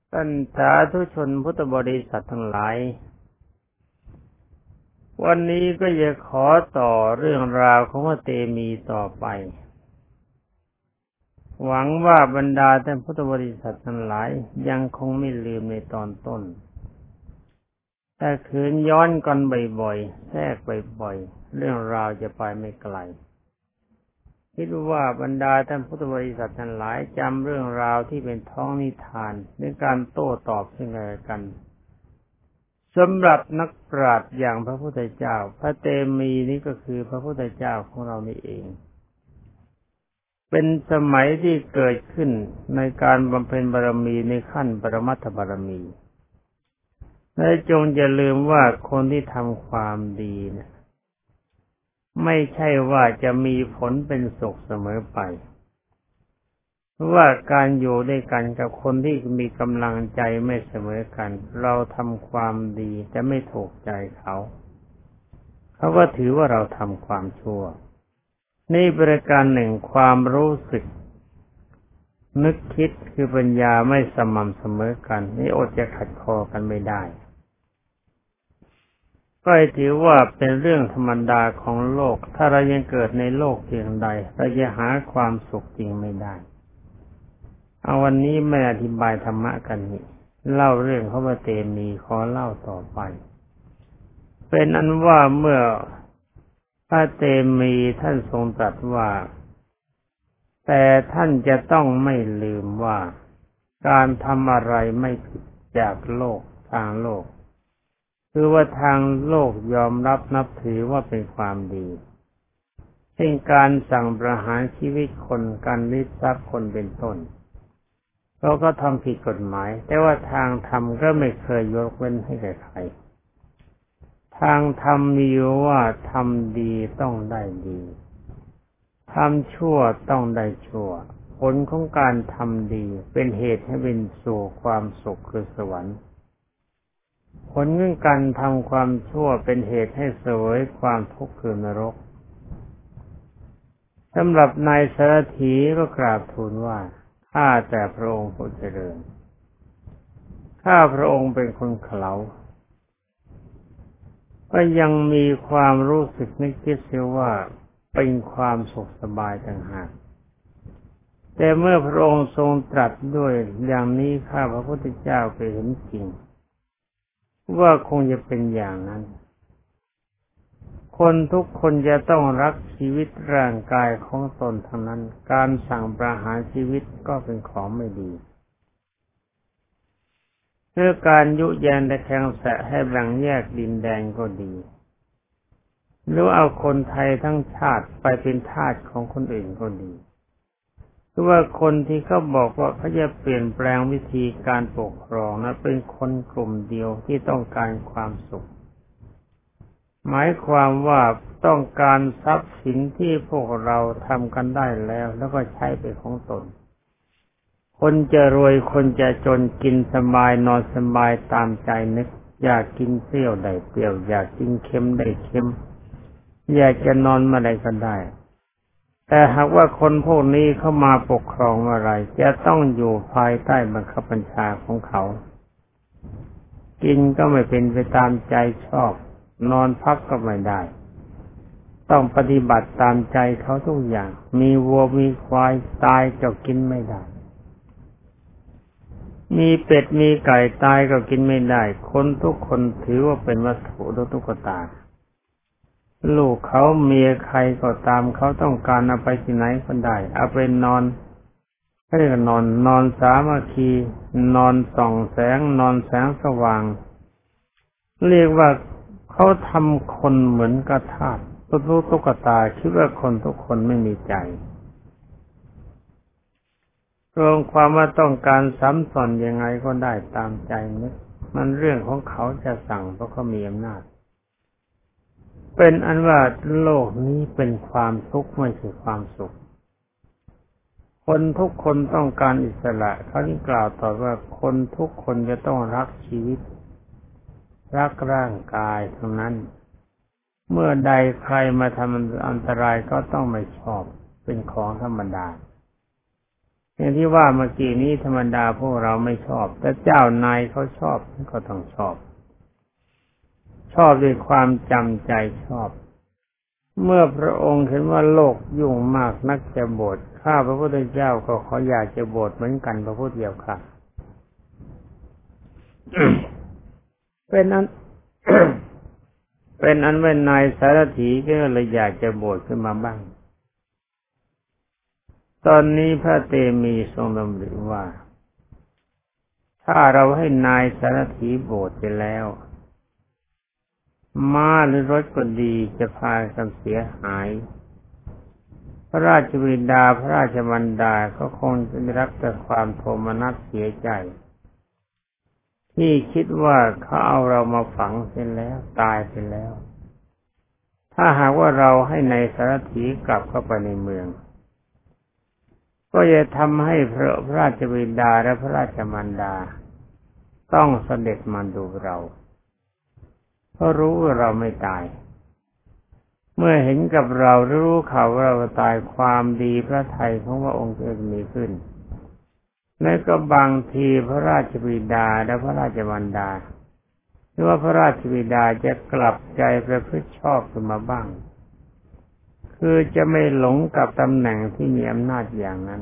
ท่านสาธุชนพุทธบริษัททั้งหลายวันนี้ก็จะขอต่อเรื่องราวของพระเตมีต่อไปหวังว่าบรรดาท่านพุทธบริษัททั้งหลายยังคงไม่ลืมในตอนต้นแต่คืนย้อนกันบ่อยๆแทรกบ่อยๆเรื่องราวจะไปไม่ไกลคิดว่าบรรดาท่านพุทธบริษัททั้งหลายจำเรื่องราวที่เป็นท้องนิทานในการโต้ตอบซึ่งกันสำหรับนักปราชญ์อย่างพระพุทธเจ้าพระเตมีนี้ก็คือพระพุทธเจ้าของเรานี่เองเป็นสมัยที่เกิดขึ้นในการบำเพ็ญบารมีในขั้นปรมัตถบารมีและจงอย่าลืมว่าคนที่ทำความดีเนี่ยไม่ใช่ว่าจะมีผลเป็นสุขเสมอไปเพราะว่าการอยู่ด้วยกันกับคนที่มีกำลังใจไม่เสมอกันเราทำความดีแต่ไม่ถูกใจเขาก็ถือว่าเราทำความชั่วนี่ประการหนึ่งความรู้สึกนึกคิดคือปัญญาไม่สม่ำเสมอกันนี่อดจะขัดคอกันไม่ได้ก็ถือว่าเป็นเรื่องธรรมดาของโลกถ้าเรายังเกิดในโลกเพียงใดเราจะหาความสุขจริงไม่ได้เอาวันนี้ไม่อธิบายธรรมะกันนี่เล่าเรื่องของพระเตมีขอเล่าต่อไปเป็นอันว่าเมื่อพระเตมีท่านทรงตรัสว่าแต่ท่านจะต้องไม่ลืมว่าการทำอะไรไม่ผิดจากโลกทางโลกคือว่าทางโลกยอมรับนับถือว่าเป็นความดีเช่นการสั่งประหารชีวิตคนการริบทรัพย์คนเป็นต้นเราก็ทำผิดกฎหมายแต่ว่าทางธรรมก็ไม่เคยยกเว้นให้แก่ใครทางธรรมมีว่าทำดีต้องได้ดีทำชั่วต้องได้ชั่วผลของการทำดีเป็นเหตุให้เป็นสู่ความสุขคือสวรรค์ผลของการทำความชั่วเป็นเหตุให้เสวยความทุกข์คือนรกสำหรับนายสารถีก็กราบทูลว่าข้าแต่พระองค์ผู้เจริญข้าพระองค์เป็นคนเขลาก็ยังมีความรู้สึกนึกคิดเสียว่าเป็นความสุขสบายต่างหากแต่เมื่อพระองค์ทรงตรัสด้วยอย่างนี้ข้าพระพุทธเจ้าไปเห็นจริงว่าคงจะเป็นอย่างนั้นคนทุกคนจะต้องรักชีวิตร่างกายของตนทั้งนั้นการสั่งประหารชีวิตก็เป็นของไม่ดีเพื่อการยุแยงและแข่งแสะให้แบ่งแยกดินแดนก็ดีหรือเอาคนไทยทั้งชาติไปเป็นทาสของคนอื่นก็ดีหรือว่าคนที่เขาบอกว่าเขาจะเปลี่ยนแปลงวิธีการปกครองนะเป็นคนกลุ่มเดียวที่ต้องการความสุขหมายความว่าต้องการทรัพย์สินที่พวกเราทำกันได้แล้วก็ใช้เป็นของตนคนจะรวยคนจะจนกินสบายนอนสบายตามใจนึกอยากกินเปรี้ยวได้เปรี้ยวอยากกินเค็มได้เค็มอยากจะนอนเมื่อใดก็ได้แต่หากว่าคนพวกนี้เข้ามาปกครองอะไรจะต้องอยู่ภายใต้บังคับบัญชาของเขากินก็ไม่เป็นไปตามใจชอบนอนพักก็ไม่ได้ต้องปฏิบัติตามใจเขาทุกอย่างมีวัวมีควายตายก็กินไม่ได้มีเป็ดมีไก่ตายก็กินไม่ได้คนทุกคนถือว่าเป็นวัตถุตุ๊กตาลูกเขาเมียใครก็ตามเขาต้องการเอาไปที่ไหนก็ได้เอาไปนอนเรียกนอนสามัคคีนอนส่องแสงนอนแสงสว่างเรียกว่าเขาทำคนเหมือนกระทาสตุ๊กตาคิดว่าคนทุกคนไม่มีใจรวมความว่าต้องการซ้ำซ้อนยังไงก็ได้ตามใจนึกมันเรื่องของเขาจะสั่งเพราะเขามีอำนาจเป็นอันว่าโลกนี้เป็นความทุกข์ไม่ใช่ความสุขคนทุกคนต้องการอิสระเขาที่กล่าวต่อว่าคนทุกคนจะต้องรักชีวิตรักร่างกายทั้งนั้นเมื่อใดใครมาทำอันตรายก็ต้องไม่ชอบเป็นของธรรมดาอย่างที่ว่าเมื่อกี้นี้ธรรมดาพวกเราไม่ชอบแต่เจ้านายเขาชอบก็ต้องชอบด้วยความจำใจชอบเมื่อพระองค์เห็นว่าโลกยุ่งมากนักจะบวชข้าพระพุทธเจ้าก็ขออยากจะบวชเหมือนกันพระพุทธเจ้าค่ะ เป็นอัน เป็นอันว่านายสารถีก็เลยอยากจะบวชขึ้นมาบ้างตอนนี้พระเตมีทรงดำริว่าถ้าเราให้นายสารถีบวชไปแล้วม้าหรือรถก็ดีจะพากันเสียหายพระราชบิดาพระราชมารดาก็คงจะได้รับแต่ความโทมนัสเสียใจที่คิดว่าเขาเอาเรามาฝังเสียแล้วตายไปแล้วถ้าหากว่าเราให้นายสารถีกลับเข้าไปในเมืองก็จะทำให้พระราชบิดาและพระราชมารดาต้องเสด็จมาดูเราเพราะรู้ว่าเราไม่ตายเมื่อเห็นกับเรารู้ข่าวว่าเราตายความดีพระทัยของพระองค์จะมีขึ้นและก็บางทีพระราชบิดาและพระราชมารดาหรือว่าพระราชบิดาจะกลับใจประพฤติชอบขึ้นมาบ้างคือจะไม่หลงกับตำแหน่งที่มีอำนาจอย่างนั้น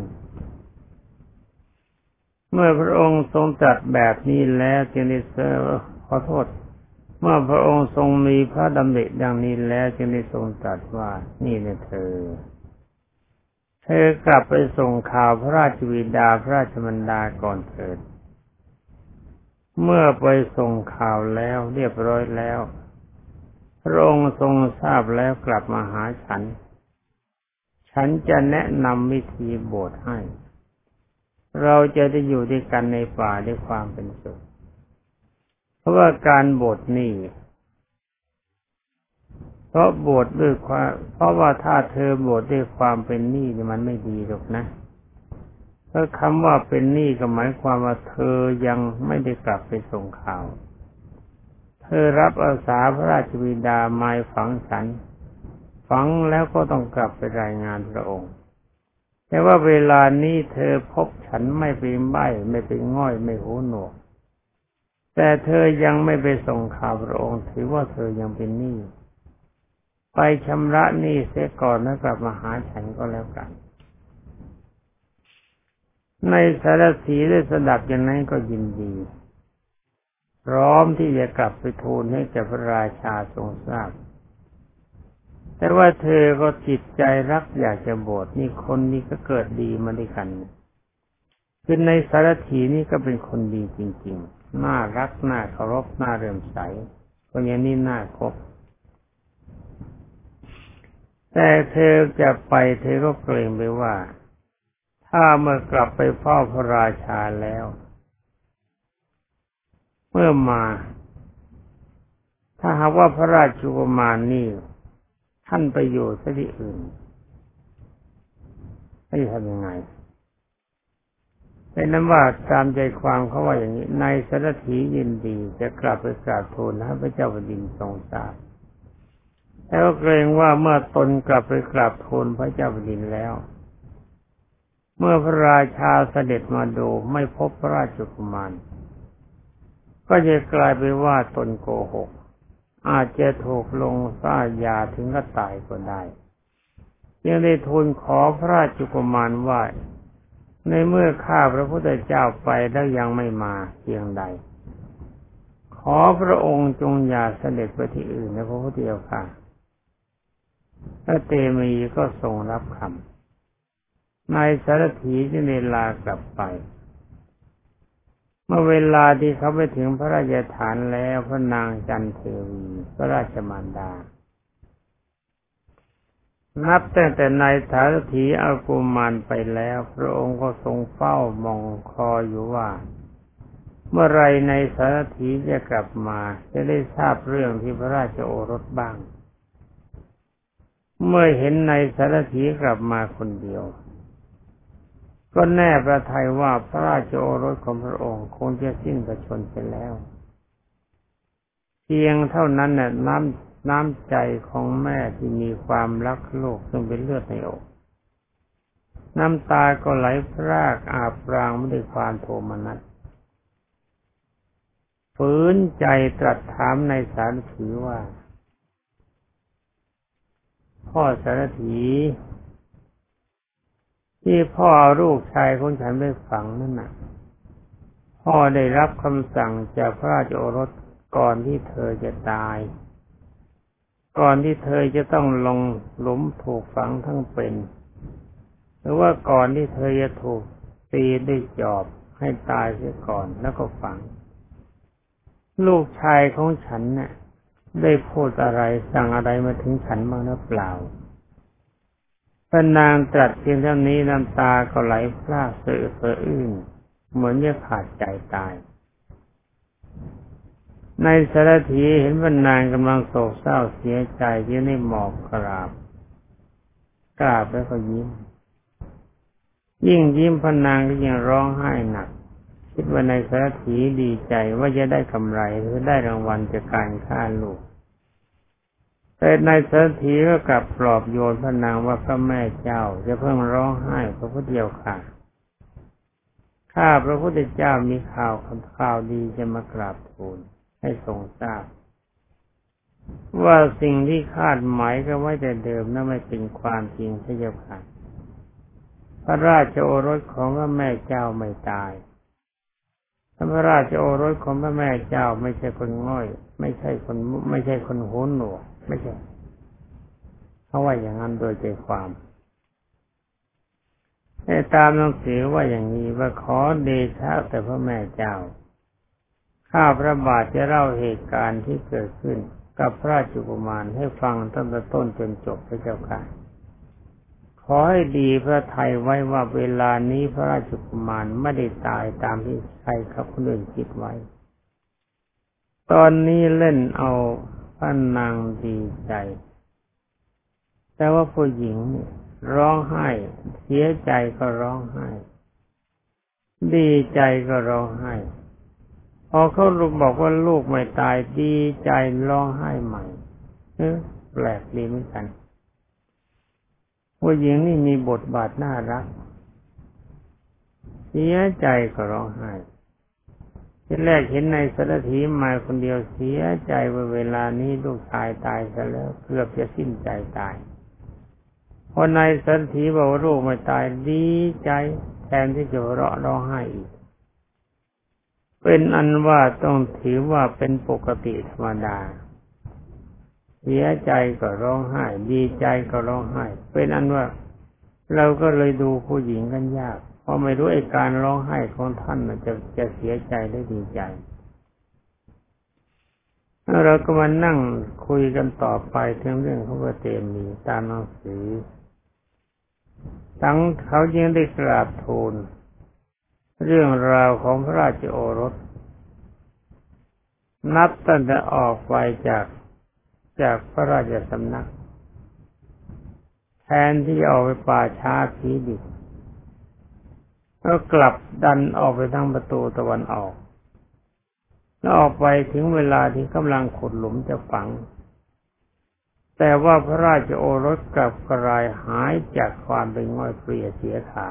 เมื่อพระองค์ทรงตรัสแบบนี้แล้วจึงได้ขอโทษเมื่อพระองค์ทรงมีพระดำริดังนี้แล้วจึงได้ทรงตรัสว่านี่นะเธอกลับไปส่งข่าวพระราชบิดาพระราชมารดาก่อนเถิดเมื่อไปส่งข่าวแล้วเรียบร้อยแล้วพระองค์ทรงทราบแล้วกลับมาหาฉันจะแนะนำวิธีบวชให้เราจะได้อยู่ด้วยกันในป่าด้วยความเป็นสุขเพราะว่าการบวชนี่เพราะว่าถ้าเธอบวชด้วยความเป็นหนี้นี่มันไม่ดีหรอกนะเพราะคำว่าเป็นหนี้ก็หมายความว่าเธอยังไม่ได้กลับไปส่งข่าวเธอรับอาสาพระราชบิดามาฝังฉันฝังแล้วก็ต้องกลับไปรายงานพระองค์แต่ว่าเวลานี้เธอพบฉันไม่เป็นใบ้ไม่เป็นง่อยไม่หูหนวกแต่เธอยังไม่ไปส่งข่าวพระองค์ถือว่าเธอยังเป็นหนี้ไปชำระหนี้เสียก่อนแล้วกลับมาหาฉันก็แล้วกันในสารถีได้สดับอย่างนั้นก็ยินดีพร้อมที่จะกลับไปทูลให้แก่พระราชาทรงทราบแต่ว่าเธอก็จิตใจรักอยากจะบวชนี่คนนี้ก็เกิดดีมาด้วยกันคือในสารถีนี่ก็เป็นคนดีจริงๆน่ารักน่าเคารพน่าเลื่อมใสคนอย่างนี้น่าคบแต่เธอจะไปเธอก็เกรงไปว่าถ้าเมื่อกลับไปเฝ้าพระราชาแล้วเมื่อมาถ้าหากว่าพระราชกุมารนี่ท่านไปอยู่ที่อื่นให้ทำยังไงเป็นนั้นว่าตามใจความเขาว่าอย่างนี้นายสารถียินดีจะกลับไปกราบทูลให้พระเจ้าแผ่นดินทรงทราบแล้วเกรงว่าเมื่อตนกลับไปกราบทูลพระเจ้าแผ่นดินแล้วเมื่อพระราชาเสด็จมาดูไม่พบพระราชกุมารก็จะกลายเป็นว่าตนโกหกอาจจะถูกลงซ่ายาถึงกับตายก็ได้ยังได้ทูลขอพระราชกุมารว่าในเมื่อข้าพระพุทธเจ้าไปแล้วยังไม่มาเพียงใดขอพระองค์จงอย่าเสด็จไปที่อื่นนะพระพุทธเจ้าค่ะพระเตมีก็ทรงรับคำนายสารถีจึงได้ลากลับไปเมื่อเวลาที่เขาไปถึงพระราชฐานแล้วพระนางจันเทวีพระราชมารดานับตั้งแต่นายสารถีเอากุมารไปแล้วพระองค์ก็ทรงเฝ้ามองคอยอยู่ว่าเมื่อไรนายสารถีจะกลับมาจะได้ทราบเรื่องที่พระราชโอรสบ้างเมื่อเห็นนายสารถีกลับมาคนเดียวก็แน่พระทัยว่าพระราชโอรสของพระองค์คงจะสิ้นพระชนม์ไปแล้วเพียงเท่านั้นน่ะน้ำใจของแม่ที่มีความรักลูกซึ่งเป็นเลือดในอกน้ำตาก็ไหลพรากอาบปรางไม่ด้วยความโทมนัสฝืนใจตรัสถามในสารถีว่าพ่อสารถีที่พ่อเอาลูกชายของฉันไปฝังนั่นน่ะพ่อได้รับคำสั่งจากพระราชโอรสก่อนที่เธอจะตายก่อนที่เธอจะต้องลงหลุมถูกฝังทั้งเป็นหรือว่าก่อนที่เธอจะถูกตีด้วยจอบให้ตายเสียก่อนแล้วก็ฝังลูกชายของฉันน่ะได้พูดอะไรสั่งอะไรมาถึงฉันบ้างหรือเปล่าพระนางตรัสเพียงเท่านี้น้ำตาก็ไหลพรากสะอื้นเหมือนจะขาดใจตายในสารถีเห็นพระนางกำลังโศกเศร้าเสียใจยืนในหมอบกราบแล้วก็ยิ้มยิ่งยิ้มพระนางก็ยิ่งร้องไห้หนักคิดว่าในสารถีดีใจว่าจะได้กำไรหรือได้รางวัลจากการฆ่าลูกแต่ในสารถีก็กลับปลอบโยนพระนางว่าพระแม่เจ้าจะเพิ่งร้องไห้พระพุทธเจ้าค่ะข้าพระพุทธเจ้ามีข่าวดีจะมากราบทูลให้ทรงทราบว่าสิ่งที่คาดหมายกันไว้แต่เดิมนั้นไม่เป็นความจริงพระเจ้าค่ะพระราชโอรสของพระแม่เจ้าไม่ตายพระราชโอรสของพระแม่เจ้าไม่ใช่คนง่อยไม่ใช่คนหูหนวกไม่ใช่เขาว่าอย่างนั้นโดยใจความให้ตามหนังสือว่าอย่างนี้ว่าขอเดชะแต่พระแม่เจ้าข้าพระบาทจะเล่าเหตุการณ์ที่เกิดขึ้นกับพระราชกุมารให้ฟังตั้งแต่ต้นจนจบพระเจ้าค่ะขอให้ดีพระทัยไว้ว่าเวลานี้พระราชกุมารไม่ได้ตายตามที่ใครเขาคนอื่นคิดไว้ตอนนี้เล่นเอาพระนางดีใจแต่ว่าผู้หญิงร้องไห้เสียใจก็ร้องไห้ดีใจก็ร้องไห้พอเขาบอกว่าลูกไม่ตายดีใจร้องไห้ใหม่แปลกดีเหมือนกันผู้หญิงนี่มีบทบาทน่ารักเสียใจก็ร้องไห้ทีแรกเห็นในสารถีมาคนเดียวเสียใจว่าเวลานี้ลูกชายตายซะแล้วเกือบจะสิ้นใจตายพอในสารถีบอกว่าลูกไม่ตายดีใจแทนที่จะร้องไห้อีกเป็นอันว่าต้องถือว่าเป็นปกติธรรมดาเสียใจก็ร้องไห้ดีใจก็ร้องไห้เป็นอันว่าเราก็เลยดูผู้หญิงกันยากเพราะไม่รู้ไอ้การร้องไห้ของท่านจะเสียใจหรือดีใจเราก็มานั่งคุยกันต่อไปถึงเรื่องของพระเตมีตามหนังสือทั้งเขายังได้กราบทูลเรื่องราวของพระราชโอรสนับตั้งแต่ออกไปจากพระราชสำนักแทนที่จะออกไปป่าช้าผีดิบก็กลับดันออกไปทางประตูตะวันออกแล้วออกไปถึงเวลาที่กำลังขุดหลุมจะฝังแต่ว่าพระราชโอรสกลับกระไรหายจากความเป็นง่อยเปลี่ยเสียขา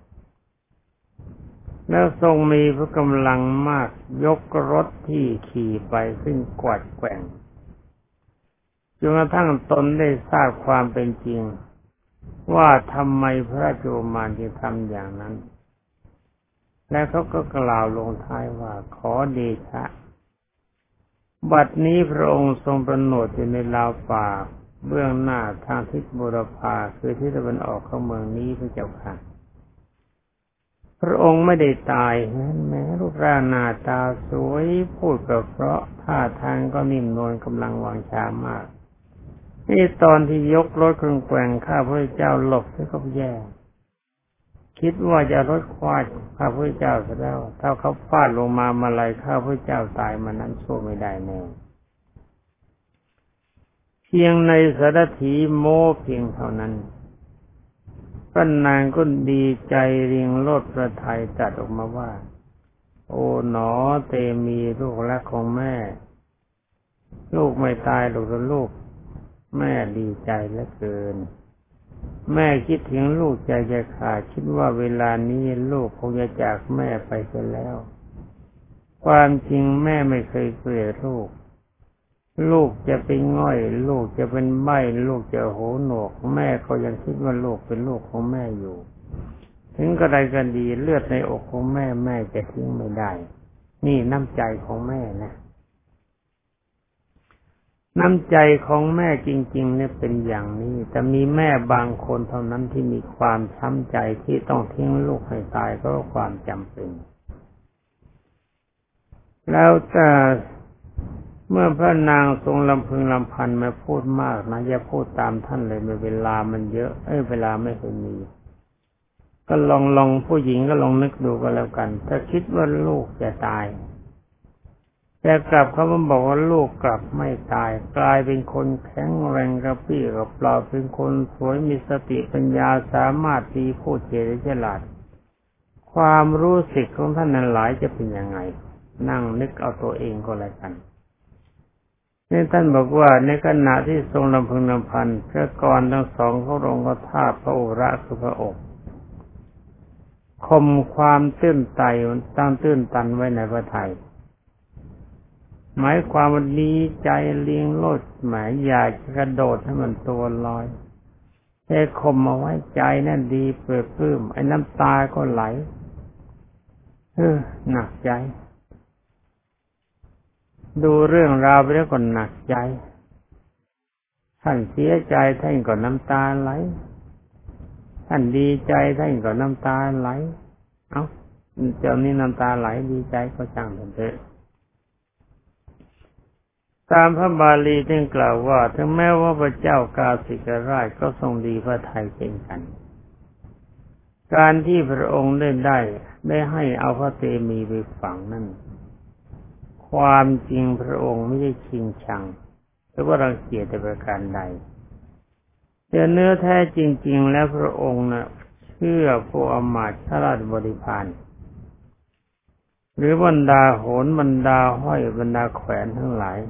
แล้วทรงมีพระกำลังมากยกรถที่ขี่ไปขึ้นกวัดแกว่งจนกระทั่งตนได้ทราบความเป็นจริงว่าทำไมพระราชโอรสจึงทำอย่างนั้นและเขาก็กล่าวลงท้ายว่าขอเดชะบัดนี้พระองค์ทรงประโนดอยู่ในราวป่าเบื้องหน้าทางทิศบุรพาคือทิศตะวันออกของเมืองนี้พระเจ้าค่ะพระองค์ไม่ได้ตายแม้รูปร่างหน้าตาสวยพูดก็เพราะท่าทางก็นิ่มนวลกำลังวางชามากนี่ตอนที่ยกรถเครื่องแกว่งข้าพระเจ้าหลบแล้วก็แย่คิดว่าจะรถคว้าข้าพระเจ้าซะแล้วถ้าเขาฟาดลงมาเมื่อไรข้าพระเจ้าตายมานั้นสู้ไม่ได้แน่เพียงในสารถีโม้เพียงเท่านั้นพระนางก็ดีใจเรียงโลดพระทัยจัดออกมาว่าโอ๋หนอเตมีลูกรักของแม่ลูกไม่ตายหรอกลูกแม่ดีใจเหลือเกินแม่คิดถึงลูกใจจะขาดคิดว่าเวลานี้ลูกคงจะจากแม่ไปเสียแล้วความจริงแม่ไม่เคยเกลียดลูกลูกจะเป็นง่อยลูกจะเป็นใบ้ลูกจะหูหนวกแม่ก็ยังคิดว่าลูกเป็นลูกของแม่อยู่ถึงกระไรกันดีเลือดในอกของแม่แม่จะทิ้งไม่ได้นี่น้ำใจของแม่นะน้ำใจของแม่จริงๆเนี่ยเป็นอย่างนี้แต่มีแม่บางคนเท่านั้นที่มีความช้ำใจที่ต้องทิ้งลูกให้ตายเพราะความจำเป็นแล้วแต่เมื่อพระนางทรงลำพึงลำพันมาพูดมากนะอย่าพูดตามท่านเลยเวลามันเยอะเวลาไม่เคยมีก็ลองผู้หญิงก็ลองนึกดูก็แล้วกันถ้าคิดว่าลูกจะตายแต่กลับเขาบอกว่าลูกกลับไม่ตายกลายเป็นคนแข็งแรงกระปรี้กระเปร่าเป็นคนสวยมีสติปัญญาสามารถดีพูดเฉลียวฉลาดความรู้สึกของท่านนั้นหลายจะเป็นยังไงนั่งนึกเอาตัวเองก็แล้วกันนี่ท่านบอกว่าในขณะที่ทรงลำพึงลำพันพระกรทั้งสองเขาลงก็ทาบพระโอระคือพระอกข่มความตื้นตันไว้ในพระทัยหมายความว่าดีใจเลี้ยงโลดหมายอยากจะกระโดดให้มันตัวลอยแต่ข่มเอาไว้ใจนั่นดีเปิดปลื้มไอ้น้ำตาก็ไหลหนักใจดูเรื่องราวไปแล้วก็หนักใจท่านเสียใจท่านก็น้ำตาไหลท่านดีใจท่านก็น้ำตาไหลเจ้านี่น้ำตาไหลดีใจก็ช่างเถอะตามพระบาลีท่านกล่าวว่าถึงแม้ว่าพระเจ้ากาสิกราชก็ทรงดีพระทัยเช่นกันการที่พระองค์ได้ให้เอาพระเตมีไปฝังนั่นความจริงพระองค์ไม่ได้ชิงชังหรือว่ารังเกียจแต่ประการใดแต่เนื้อแท้จริงๆแล้วพระองค์เชื่อพวกอมาตย์ข้าราชบริพารหรือบรรดาโหรบรรดาห้อยบรรดาแขวนทั้งหลาย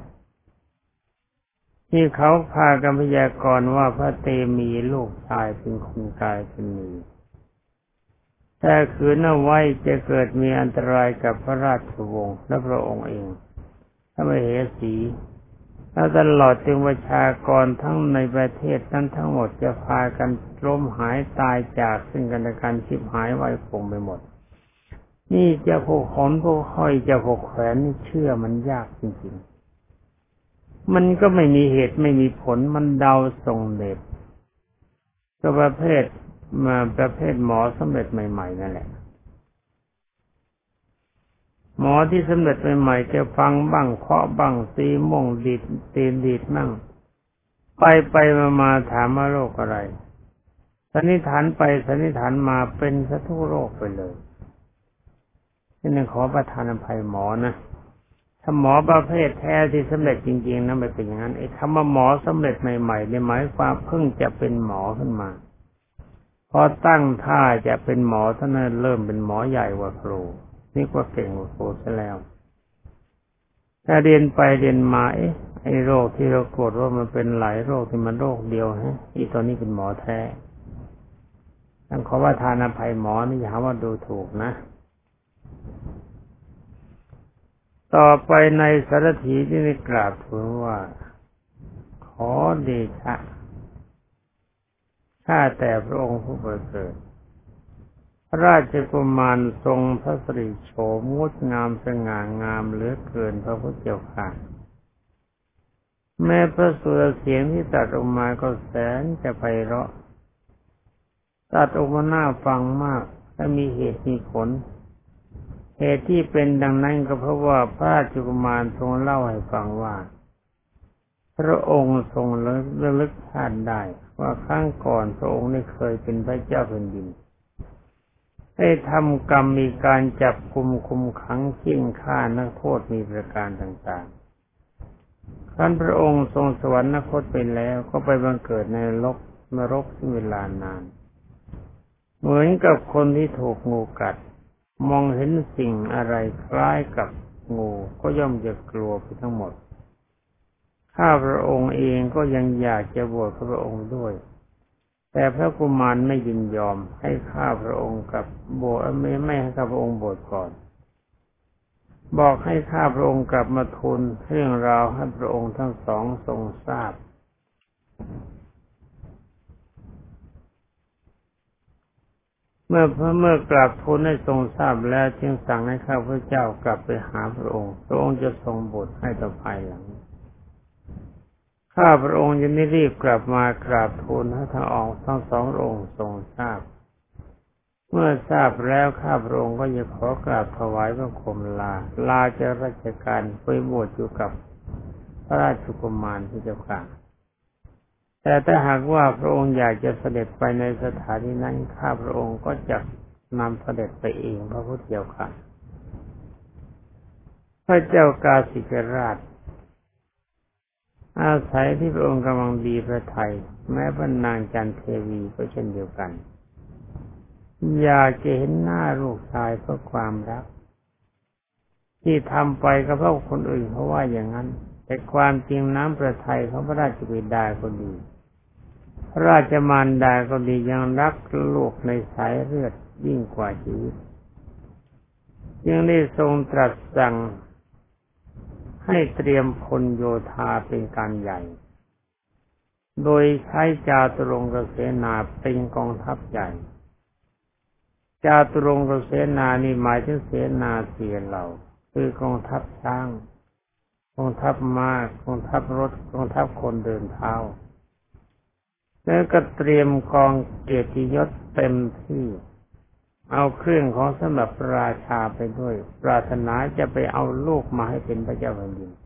ที่เขาพากันพยากรณ์ว่าพระเตมีลูกชายเป็นคนกายเป็นหนีแต่คืนเอาไว้จะเกิดมีอันตรายกับพระราชวงศ์และพระองค์เองถ้าไม่เหสีและตลอดถึงประชากรทั้งในประเทศนั้นทั้งหมดจะพากันล้มหายตายจากซึ่งกันและกันชิบหายไว้คงไปหมดนี่จะพวกขนพวกห้อยจะพวกแขวนนี่เชื่อมันยากจริงๆมันก็ไม่มีเหตุไม่มีผลมันเดาทรงเดชก็ประเภทหมอสำเร็จใหม่ๆนั่นแหละหมอที่สำเร็จใหม่ๆจะฟังบ้างเคาะบ้างตีม่งดีดตีนดีดมั่งไปมาถามว่าโรคอะไรสันนิษฐานไปสันนิษฐานมาเป็นซะทุกโรคไปเลยนี่ขอประทานอภัยหมอนะถ้าหมอประเภทแท้ที่สำเร็จจริงๆนะไม่เป็นอย่างนั้นไอ้คำว่าหมอสำเร็จใหม่ๆในหมายความเพิ่งจะเป็นหมอขึ้นมาพอตั้งท่าจะเป็นหมอท่านนั้นเริ่มเป็นหมอใหญ่กว่าครูนี่ก็เก่งกว่าครูซะแล้วถ้าเรียนไปเรียนมาไอ้โรคที่เราโกรธว่ามันเป็นหลายโรคที่มันโรคเดียวอีตอนนี้เป็นหมอแท้ต้องขอว่าทานอภัยหมอนี่อย่าหาว่าดูถูกนะต่อไปในสารถีที่ได้กราบทูลว่าขอเดชะข้าแต่พระองค์ผู้ประเสริฐพระราชกุมารทรงพระสิริโฉมงดงามสง่างามเหลือเกินพระพุทธเจ้าค่ะแม้พระสุรเสียงที่ตัดออกมาก็แสนจะไพเราะตัดออกมาน่าฟังมากและมีเหตุมีผลเหตุที่เป็นดังนั้นก็เพราะว่าพระราชกุมารทรงเล่าให้ฟังว่าพระองค์ทรงระลึกชาติได้ว่าครั้งก่อนพระองค์ได้เคยเป็นพระเจ้าแผ่นดินได้ทำกรรมมีการจับกุมคุมขังเฆี่ยงฆ่านักโทษมีประการต่างๆครั้นพระองค์ทรงสวรรคตไปแล้วก็ไปบังเกิดในนรกเวลานานเหมือนกับคนที่ถูกงูกัดมองเห็นสิ่งอะไรคล้ายกับงูก็ย่อมจะกลัวไปทั้งหมดข้าพระองค์เองก็ยังอยากจะบวชพระองค์ด้วยแต่พระกุมารไม่ยินยอมให้ข้าพระองค์กับโบสถ์ไม่ให้ข้าพระองค์บวชก่อนบอกให้ข้าพระองค์กลับมาทูลเรื่องราวให้พระองค์ทั้งสองทรงทราบเมื่อกราบทูลให้ทรงทราบแล้วจึงสั่งให้ข้าพระเจ้ากลับไปหาพระองค์จะทรงบวชให้ต่อภายหลังข้าพระองค์จะไม่รีบกลับมากราบทูลให้ทั้งสององค์ทรงทราบเมื่อทราบแล้วข้าพระองค์ก็จะขอกราบถวายบังคมลาจากราชการไปบวชอยู่กับพระราชกุมารที่เจ้าค่ะแต่ถ้าหากว่าพระองค์อยากจะเสด็จไปในสถานที่นั้นข้าพระองค์ก็จะนำเสด็จไปเองพระพุทธเจ้าค่ะพระเจ้ากาสิกราชอาศัยที่พระองค์กำลังดีพระทัยแม้พระนางจันเทวีก็เช่นเดียวกันอยากจะเห็นหน้าลูกชายเพราะความรักที่ทำไปก็เพราะคนอื่นเขาว่าอย่างนั้นแต่ความจริงน้ำพระทัยของพระราชบิดาก็ดีพระราชมารดาก็ดียังรักลูกในสายเลือดยิ่งกว่าชีวิตยังได้ทรงตรัสสั่งให้เตรียมพลโยธาเป็นการใหญ่โดยใช้จาตุรงกเสนาเป็นกองทัพใหญ่จาตุรงกเสนานี่หมายถึงเสนาเสียเหล่าคือกองทัพช้างกองทัพม้ากองทัพรถกองทัพคนเดินเท้าแล้วก็เตรียมกองเกียรติยศเต็มที่เอาเครื่องของสำหรับราชาไปด้วยปรารถนาจะไปเอาลูกมาให้เป็นพระเจ้าแผ่นดิน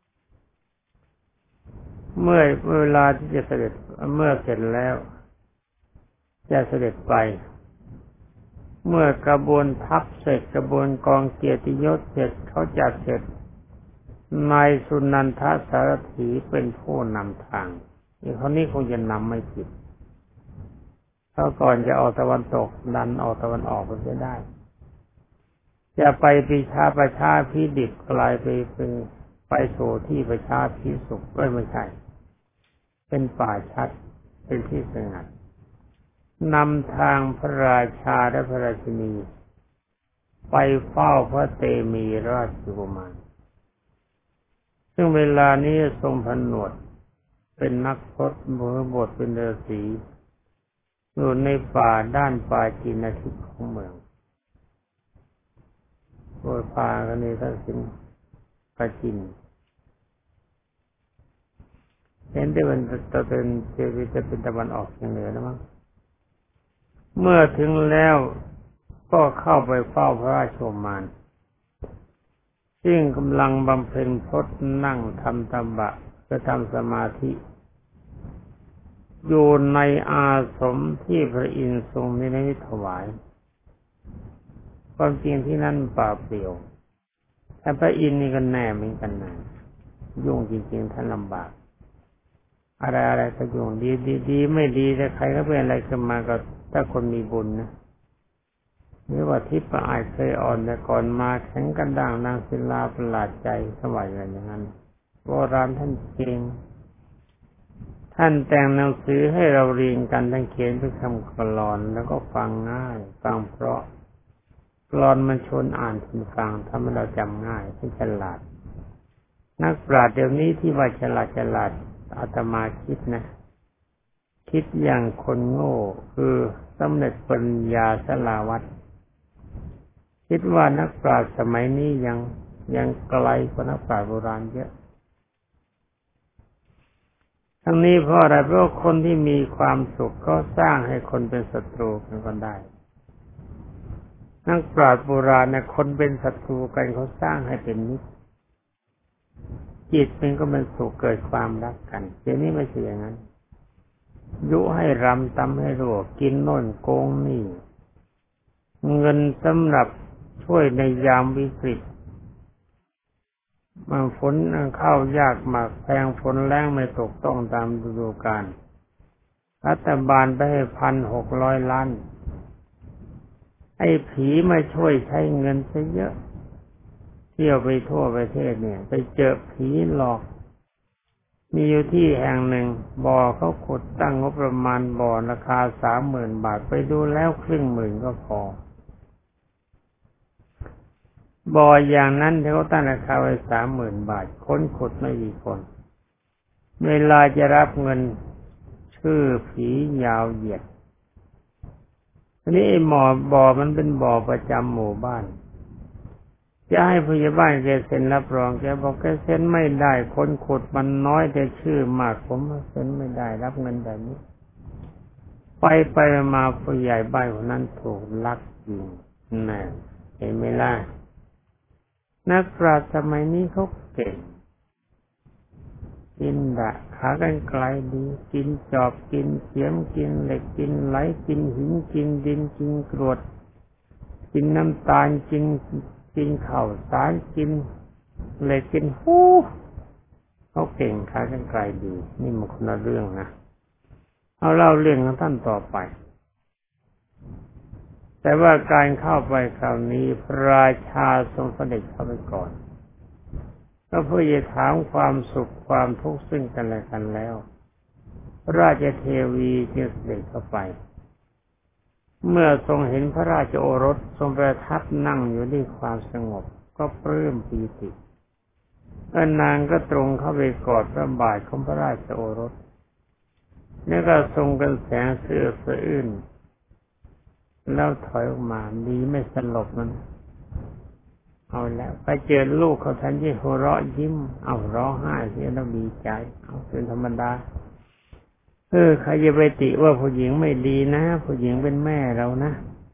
เมื่อเวลาที่จะเสด็จเมื่อเสร็จแล้วจะเสด็จไปเมื่อกระบวนทัพเสร็จกระบวนกองเกียรติยศเสร็จเขาจัดเสร็จนายสุนันทสารถีเป็นผู้นำทางคนนี้คงจะนำไม่ผิดเขาก่อนจะออกตะวันตกดันออกตะวันออกก็จะได้จะไปประชาพิดิบกลายไปสู่ที่ประชาพิสุขไม่ใช่เป็นป่าชัดเป็นที่สงัดนำทางพระราชาและพระราชินีไปเฝ้าพระเตมีราชกุมารซึ่งเวลานี้ทรงผนวดเป็นนักพรตบทเป็นฤาษีอยู่ในป่าด้านปาจีนทิศของเมืองโดยป่ากันนี้ทั้งสิ้นปาจีนเห็นได้เป็นจะเป็นตะวันออกเฉียงเหนือนะมั้งเมื่อถึงแล้วก็เข้าไปเฝ้าพระราชโอมานซึ่งกำลังบำเพ็ญพจน์นั่งทำตบะเพื่อทำสมาธิอยู่ในอาสมที่พระอินทร์ทรงนิมิตถวายความจริงที่นั่นป่าเปลี่ยวแต่พระอินทร์นี่ก็แน่เหมือนกันนะยุ่งจริงๆท่านลำบากอะไรก็ยุ่งดีไม่ดีแต่ใครก็เป็นอะไรขึ้นมาก็ถ้าคนมีบุญนะหรือว่าทิพย์ประอายเคยอ่อนแต่ก่อนมาแข็งกันด่างนางศิลาประหลาดใจสมัยอะไรอย่างนั้นโบราณท่านเก่งท่านแต่งหนังสือให้เราเรียนกันท่านเขียนเป็นคำกลอนแล้วก็ฟังง่ายฟังเพราะกลอนมันชวนอ่านถึงฟังทำให้เราจำง่ายให้ฉลาดนักปราชญ์เดี๋ยวนี้ที่ว่าฉลาดอาตมาคิดนะคิดอย่างคนโง่คือสมเด็จปัญญาสลาวัตรคิดว่านักปราชญ์สมัยนี้ยังไกลกว่านักปราชญ์โบราณเยอะทั้งนี้เพราะอะไรเพราะคนที่มีความสุขก็สร้างให้คนเป็นศัตรูกันก็ได้นักปราชญ์โบราณเนี่ยคนเป็นศัตรูกันเขาสร้างให้เป็นมิตรจิตมันก็เป็นสุขเกิดความรักกันเดี๋ยวนี้ไม่ใช่อย่างนั้นยุให้รำตำให้รัวกินโน่นโกงนี่เงินสำหรับช่วยในยามวิกฤตมันฝนเข้ายากมากแพงฝนแรงไม่ตกต้องตามฤดูกาลรัฐบาลไปให้1,600 ล้านไอ้ผีมาช่วยใช้เงินซะเยอะเที่ยวไปทั่วประเทศเนี่ยไปเจอผีหลอกมีอยู่ที่แห่งหนึ่งบ่อเขาขุดตั้งงบประมาณบ่อราคา30,000 บาทไปดูแล้ว1,000,000ก็พอบ่ออย่างนั้นเขาตั้งราคาไว้30,000 บาทคนขุดไม่มีคนเวลาจะรับเงินชื่อผียาวเหยียดทีนี้ไอ้บ่อมันเป็นบ่อประจำหมู่บ้านจะให้ผู้ใหญ่บ้านแกเซ็นรับรองแกบอกแกเซ็นไม่ได้คนขุดมันน้อยแต่ชื่อมากผมเซ็นไม่ได้รับเงินแบบนี้ไปมาผู้ใหญ่บ้านคนนั้นถูกลักยิงน่ะเห็นไหมล่ะนักปราชญ์สมัยนี้เขาเก่งกินดะขากรรไกรดีกินจอบกินเสียมกินเหล็กกินไหลกินหินกินดินกินกรวดกินน้ำตาลกินข้าวสารกินเหล็กกินหูเขาเก่งขากรรไกรดีนี่มันคนละเรื่องนะเอาเล่าเรื่องของท่านต่อไปแต่ว่าการเข้าไปคราวนี้พระราชาทรงเสด็จเข้าไปก่อนก็เพื่อจะถามความสุขความทุกข์ซึ่งกันและกันแล้วพระราชเทวีจึงเสด็จเข้าไปเมื่อทรงเห็นพระราชโอรสทรงประทับนั่งอยู่ด้วยความสงบก็ปลื้มปีตินางก็ตรงเข้าไปกอดพระบาทของพระราชโอรสแล้วก็ทรงกันแสงเสื้อสะอื้นแล้วถอยออกมาดีไม่สลบมันเอาแล้วไปเจอลูกเขาทันที่หัวเราะยิ้มเอาร้องไห้เสียแล้วดีใจเอาเป็นธรรมดาใครจะไปติว่าผู้หญิงไม่ดีนะผู้หญิงเป็นแม่เรานะ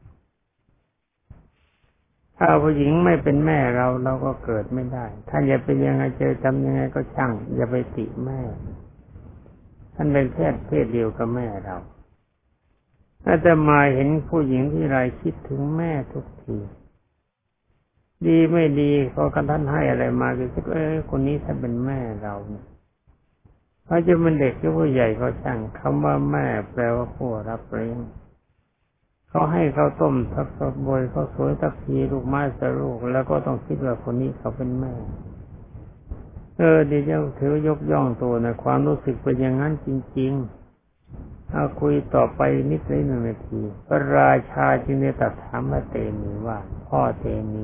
ถ้าผู้หญิงไม่เป็นแม่เราก็เกิดไม่ได้ท่านอย่าเป็นยังไงเจอทำยังไงก็ช่างอย่าไปติแม่ท่านเป็นเพศเดียวกับแม่เราถ้าจะมาเห็นผู้หญิงที่ไรคิดถึงแม่ทุกทีดีไม่ดีเขากันท่านให้อะไรมาก็คิดคนนี้ถ้าเป็นแม่เราเนี่ยเขาจะเป็นเด็กหรือผู้ใหญ่ก็ช่างคำว่าแม่แปลว่าผู้รับเลี้ยงเขาให้เขาต้มทับโบยเขาสวยทับพีลูกไม้สลูกแล้วก็ต้องคิดว่าคนนี้เขาเป็นแม่ดีเจ้าถือยกย่องตัวนะความรู้สึกเป็นอย่างนั้นจริงๆเอาคุยต่อไปนิดหนึ่งนาทีพระราชาจึงได้ตรัสถามพระเตมีว่าพ่อเตมี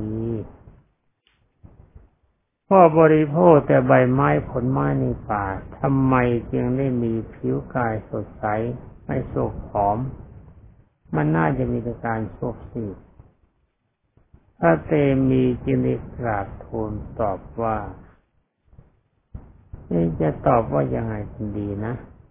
พ่อบริโภคแต่ใบไม้ผลไม้ในป่าทำไมจึงได้มีผิวกายสดใสไม่โศกผอมมันน่าจะมีแต่การโศกซีดพระเตมีจึงได้กราบทูลตอบว่าจะตอบว่ายังไงกันดีนะ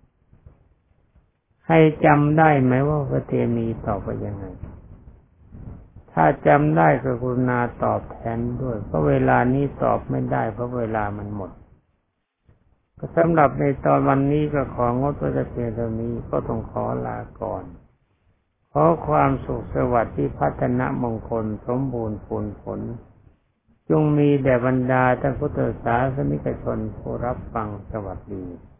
ใครจำได้ไหมว่าพระเตมีตอบว่ายังไงถ้าจำได้ก็กรุณาตอบแทนด้วยเพราะเวลานี้ตอบไม่ได้เพราะเวลามันหมดก็สำหรับในตอนวันนี้ก็ของดไว้แต่เพียงเท่านี้ก็ต้องขอลาก่อนขอความสุขสวัสดิ์ที่พัฒนามงคลสมบูรณ์ผลจงมีแด่บรรดาท่านพุทธศาสนิกชนผู้รับฟังสวัสดี